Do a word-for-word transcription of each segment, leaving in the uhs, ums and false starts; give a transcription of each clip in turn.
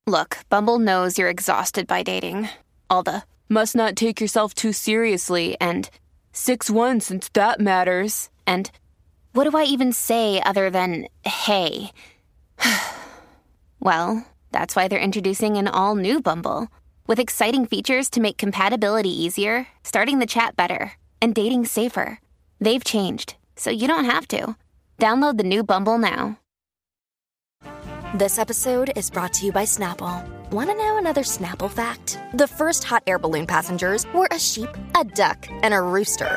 Look, Bumble knows you're exhausted by dating. All the must not take yourself too seriously and six one since that matters. And what do I even say other than hey? Well, that's why they're introducing an all-new Bumble with exciting features to make compatibility easier, starting the chat better, and dating safer. They've changed, so you don't have to. Download the new Bumble now. This episode is brought to you by Snapple. Want to know another Snapple fact? The first hot air balloon passengers were a sheep, a duck, and a rooster.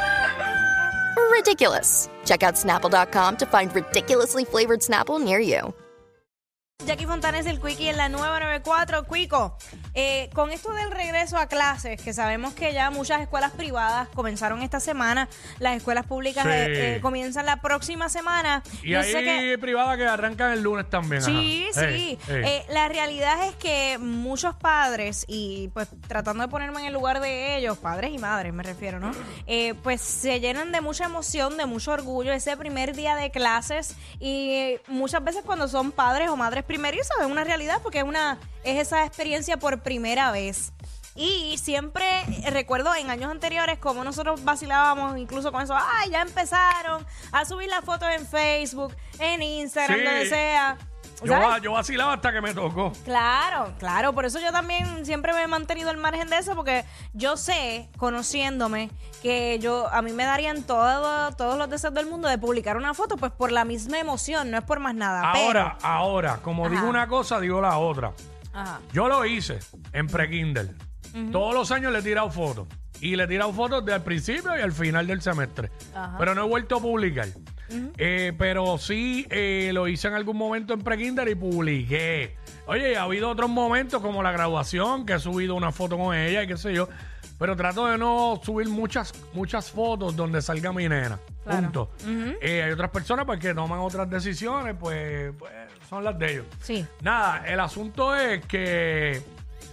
Ridiculous. Check out Snapple dot com to find ridiculously flavored Snapple near you. Jackie Fontanes, el Quickie en la nueve noventa y cuatro. Quico, eh, con esto del regreso a clases, que sabemos que ya muchas escuelas privadas comenzaron esta semana, las escuelas públicas Sí. eh, eh, comienzan la próxima semana. Y Yo hay sé que- privadas que arrancan el lunes también. Sí, ajá. sí. Ey, ey. Eh, la realidad es que muchos padres, y pues tratando de ponerme en el lugar de ellos, padres y madres me refiero, ¿no? Eh, pues se llenan de mucha emoción, de mucho orgullo ese primer día de clases, y muchas veces cuando son padres o madres primerizos es una realidad porque es, una, es esa experiencia por primera vez. Y siempre recuerdo en años anteriores como nosotros vacilábamos incluso con eso. Ay, ya empezaron a subir las fotos en Facebook, en Instagram, Sí. donde sea. Yo, ¿Sabes? va- yo vacilaba hasta que me tocó. Claro, claro, por eso yo también siempre me he mantenido al margen de eso, porque yo sé, conociéndome, que yo a mí me darían todo, todos los deseos del mundo de publicar una foto, pues por la misma emoción, no es por más nada. Ahora, ahora, como Ajá. digo una cosa, digo la otra. Pero, ajá. Yo lo hice en pre-Kindle. Todos los años le he tirado fotos. Y le he tirado fotos desde el principio y al final del semestre. Ajá. Pero no he vuelto a publicar. Eh, pero sí eh, lo hice en algún momento en pre-Kindle y publiqué. Oye, ha habido otros momentos como la graduación, que he subido una foto con ella y qué sé yo. Pero trato de no subir muchas, muchas fotos donde salga mi nena. Claro. Punto. Eh, hay otras personas pues, que toman otras decisiones, pues, pues son las de ellos. Sí. Nada, el asunto es que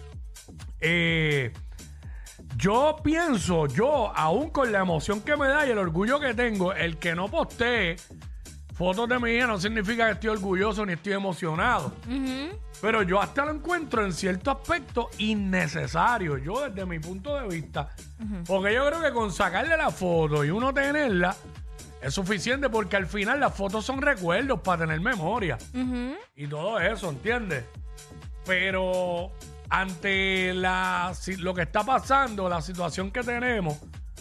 eh, yo pienso, yo, aún con la emoción que me da y el orgullo que tengo, el que no postee fotos de mi hija no significa que estoy orgulloso ni estoy emocionado. Pero yo hasta lo encuentro en cierto aspecto innecesario, yo desde mi punto de vista. Porque yo creo que con sacarle la foto y uno tenerla es suficiente, porque al final las fotos son recuerdos para tener memoria. Y todo eso, ¿entiendes? Pero ante la, si- lo que está pasando, la situación que tenemos,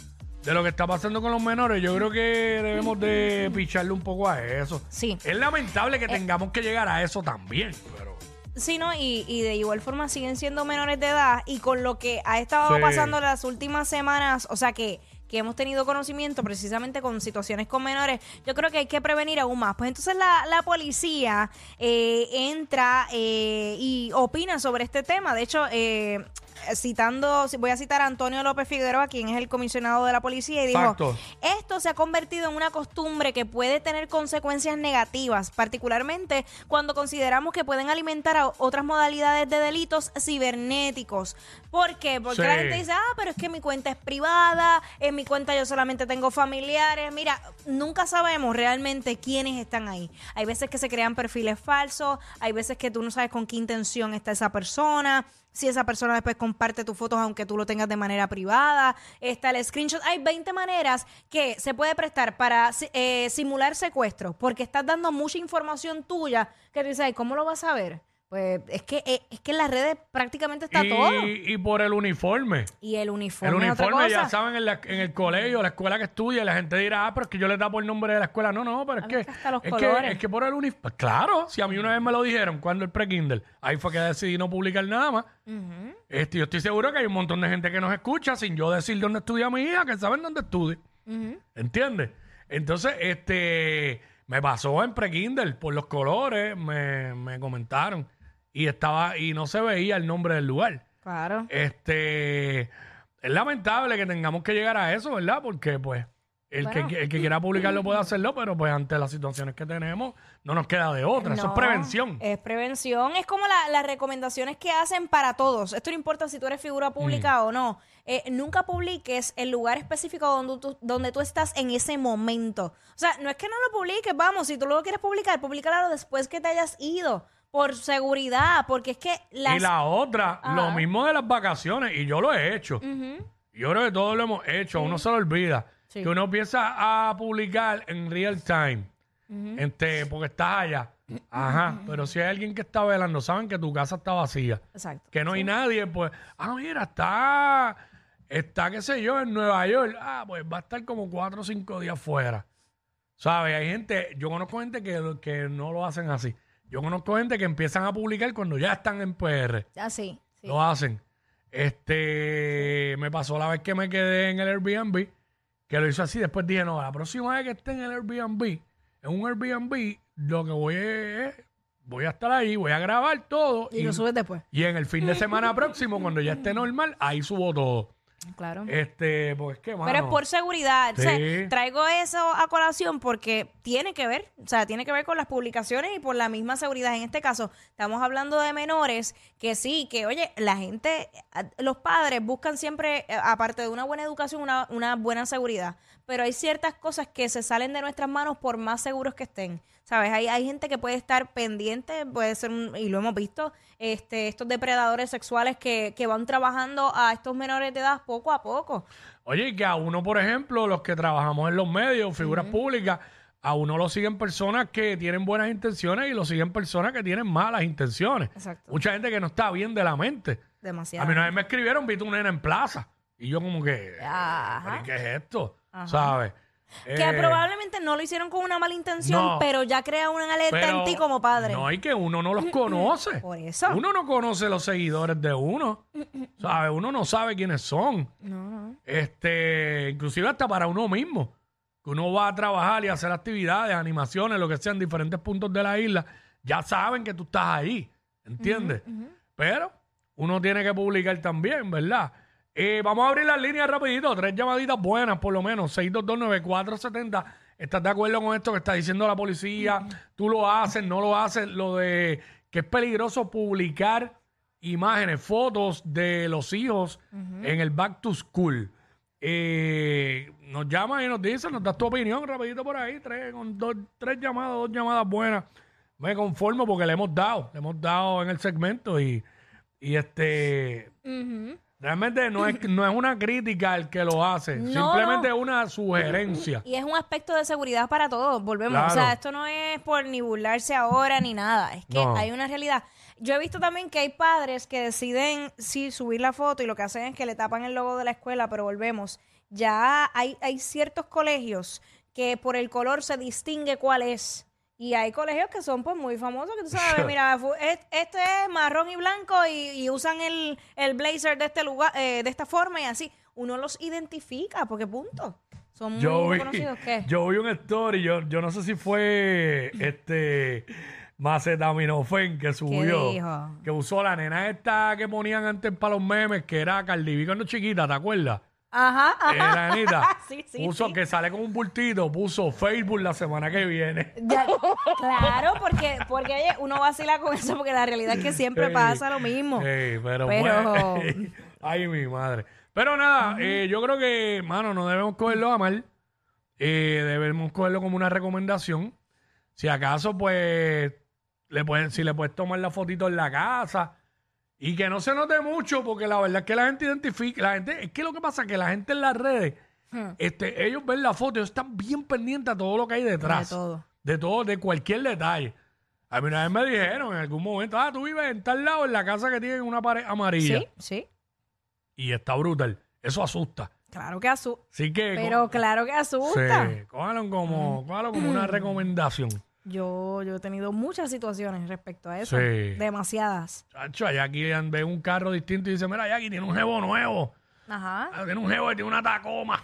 de lo que está pasando con los menores, yo creo que debemos de picharle un poco a eso. Sí. Es lamentable que tengamos que llegar a eso también, pero... Sí, ¿no? Y, y de igual forma siguen siendo menores de edad, y con lo que ha estado Sí. pasando las últimas semanas, o sea que, que hemos tenido conocimiento precisamente con situaciones con menores, yo creo que hay que prevenir aún más. Pues entonces la, la policía eh, entra eh, y opina sobre este tema. De hecho, eh, citando, voy a citar a Antonio López Figueroa, quien es el comisionado de la policía, y dijo: Exacto. esto se ha convertido en una costumbre que puede tener consecuencias negativas, particularmente cuando consideramos que pueden alimentar a otras modalidades de delitos cibernéticos. ¿Por qué? Porque Sí. la gente dice, ah, pero es que mi cuenta es privada, en mi cuenta yo solamente tengo familiares. Mira, nunca sabemos realmente quiénes están ahí. Hay veces que se crean perfiles falsos, hay veces que tú no sabes con qué intención está esa persona. Si esa persona después comparte tus fotos aunque tú lo tengas de manera privada, está el screenshot. Hay veinte maneras que se puede prestar para eh, simular secuestro, porque estás dando mucha información tuya que tú dices, ay, ¿cómo lo vas a ver? Pues es que eh, es que en las redes prácticamente está y, todo. y por el uniforme. Y el uniforme, El es otra uniforme, ya cosa. saben, en, la- en el colegio, la escuela que estudia, la gente dirá, ah, pero es que yo le tapo el nombre de la escuela. No, no, pero es A que, veces hasta los es colores. que es que por el uniforme. Claro, si a mí una vez me lo dijeron cuando el pre-Kindle, ahí fue que decidí no publicar nada más. este, yo estoy seguro que hay un montón de gente que nos escucha sin yo decir dónde estudia mi hija, que saben dónde estudia. ¿Entiendes? Entonces, este, me pasó en pre-Kindle por los colores, me, me comentaron. Y estaba, y no se veía el nombre del lugar. Claro. Este, es lamentable que tengamos que llegar a eso, ¿verdad? Porque, pues, el, Bueno. que, el que quiera publicarlo puede hacerlo, pero, pues, ante las situaciones que tenemos, no nos queda de otra. Eso es No, prevención. Es prevención. Es como la- las recomendaciones que hacen para todos. Esto no importa si tú eres figura pública o no. Eh, nunca publiques el lugar específico donde tú, donde tú estás en ese momento. O sea, no es que no lo publiques, vamos, si tú lo quieres publicar, públicalo después que te hayas ido. por seguridad, porque es que las... Y la otra, Ajá. lo mismo de las vacaciones, y yo lo he hecho. Ujú. Yo creo que todos lo hemos hecho, a uno se lo olvida. Sí. Que uno empieza a publicar en real time, este, porque estás allá. Ajá, pero si hay alguien que está velando, saben que tu casa está vacía, Exacto. que no hay nadie, pues, ah, mira, está, está, qué sé yo, en Nueva York. Ah, pues va a estar como cuatro o cinco días fuera. ¿Sabes? Hay gente, yo conozco gente que, que no lo hacen así. Yo conozco gente que empiezan a publicar cuando ya están en P R. Ah, sí. sí. Lo hacen. Este, me pasó la vez que me quedé en el Airbnb, que lo hizo así. Después dije, no, la próxima vez que esté en el Airbnb, en un Airbnb, lo que voy es, voy a estar ahí, voy a grabar todo. Y lo subes después. Y en el fin de semana próximo, cuando ya esté normal, ahí subo todo. Claro. Este, pues qué, mano. Pero es por seguridad. O sea, Sí. traigo eso a colación porque tiene que ver, o sea, tiene que ver con las publicaciones y por la misma seguridad. En este caso, estamos hablando de menores que sí, que oye, la gente, los padres buscan siempre, eh, aparte de una buena educación, una, una buena seguridad. Pero hay ciertas cosas que se salen de nuestras manos por más seguros que estén. ¿Sabes? Hay, hay gente que puede estar pendiente, puede ser, un, y lo hemos visto, este, estos depredadores sexuales que, que van trabajando a estos menores de edad poco a poco. Oye, y que a uno, por ejemplo, los que trabajamos en los medios, figuras públicas, a uno lo siguen personas que tienen buenas intenciones y lo siguen personas que tienen malas intenciones. Exacto. Mucha gente que no está bien de la mente. Demasiado. A mí una vez me escribieron, vi tu nena en plaza. Y yo como que, Ajá. ¿pero y qué es esto? Ajá. ¿Sabes? Que Eh, probablemente no lo hicieron con una mala intención, no. pero ya crea una alerta pero en ti como padre. No, hay que uno no los conoce. Por eso. Uno no conoce los seguidores de uno. ¿Sabes? Uno no sabe quiénes son. No, no. Este, inclusive hasta para uno mismo. Que uno va a trabajar y hacer actividades, animaciones, lo que sea, en diferentes puntos de la isla. Ya saben que tú estás ahí. ¿Entiendes? Pero uno tiene que publicar también, ¿verdad? Eh, vamos a abrir las líneas rapidito. Tres llamaditas buenas, por lo menos. seis dos dos nueve cuatro siete cero. ¿Estás de acuerdo con esto que está diciendo la policía? ¿Tú lo haces, no lo haces? Lo de que es peligroso publicar imágenes, fotos de los hijos en el back to school. Eh, nos llaman y nos dicen, nos das tu opinión rapidito por ahí. Tres, con dos, tres llamadas, dos llamadas buenas. Me conformo porque le hemos dado. Le hemos dado en el segmento y, y este... Realmente no es, no es una crítica al que lo hace, No, simplemente no. es una sugerencia. Y es un aspecto de seguridad para todos, volvemos. Claro. O sea, esto no es por ni burlarse ahora ni nada, es que No. hay una realidad. Yo he visto también que hay padres que deciden, sí, subir la foto y lo que hacen es que le tapan el logo de la escuela, pero volvemos. Ya hay, hay ciertos colegios que por el color se distingue cuál es. Y hay colegios que son pues muy famosos, que tú sabes, mira, fu- es- este es marrón y blanco y, y usan el, el blazer de este lugar, eh, de esta forma y así. Uno los identifica, porque punto. Son muy Yo vi, reconocidos. ¿Qué? yo vi un story, yo, yo no sé si fue este Macetaminofen que subió, dijo? que usó la nena esta que ponían antes para los memes, que era Cardi B cuando chiquita, ¿te acuerdas? Ajá, Eh, ajá. la nenita Sí, sí, puso sí. que sale con un bultito, puso Facebook la semana que viene. Ya- claro, porque, porque oye, uno vacila con eso porque la realidad es que siempre Ey, pasa lo mismo. ey, pero, Pero- pues, ay, mi madre. Pero nada, eh, yo creo que, mano, no debemos cogerlo a mal. Eh, debemos cogerlo como una recomendación. Si acaso, pues, le pueden, si le puedes tomar la fotito en la casa y que no se note mucho, porque la verdad es que la gente identifica, la gente, es que lo que pasa es que la gente en las redes, Hmm. este, ellos ven la foto, ellos están bien pendientes a todo lo que hay detrás. De todo. De todo, de cualquier detalle. A mí una vez me dijeron en algún momento, ah, tú vives en tal lado, en la casa que tiene una pared amarilla. Sí, sí. Y está brutal. Eso asusta. Claro que asusta. Así que... Pero co- claro que asusta. sí, cójalo como, cójalo como una recomendación. Yo, yo he tenido muchas situaciones respecto a eso. Sí. Demasiadas. Chacho, allá aquí ve un carro distinto y dice, mira, Jackie tiene un jevo nuevo. Ajá. Ah, Tiene un jevo que tiene una Tacoma.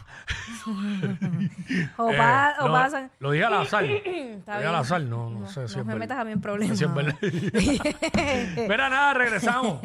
O, Eh, pa- o lo, pasan. Lo dije al azar. Está Lo dije al bien. azar. No, no, sé si No es me verdad. metas a mí en No problemas. sé si es verdad. Mira, nada, regresamos.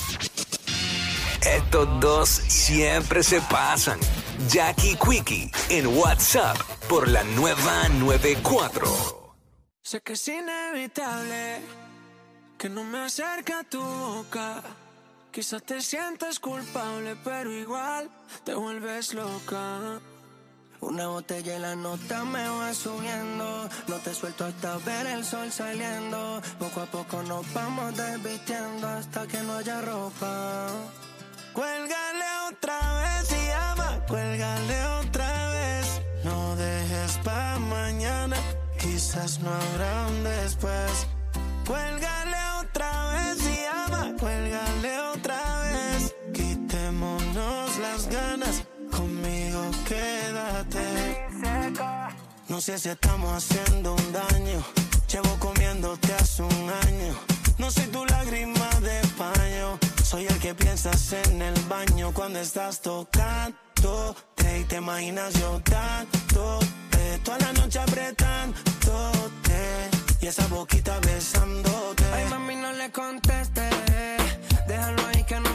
Estos dos siempre se pasan. Jackie Quickie en WhatsApp por la nueva noventa y cuatro. Sé que es inevitable que no me acerque a tu boca. Quizás te sientas culpable, pero igual te vuelves loca. Una botella y la nota me va subiendo. No te suelto hasta ver el sol saliendo. Poco a poco nos vamos desvistiendo hasta que no haya ropa. Cuélgale otra vez y ama, cuélgale otra vez. No dejes pa' mañana, quizás no habrá un después. Cuélgale otra vez y ama, cuélgale otra vez. Quitémonos las ganas, conmigo quédate. No sé si estamos haciendo un daño. Llevo comiéndote hace un año. No soy tu lágrima de paño. Soy el que piensas en el baño cuando estás tocando. Y te imaginas yo tanto. Toda la noche apretándote. Y esa boquita besándote. Ay, mami, no le contestes. Déjalo ahí que no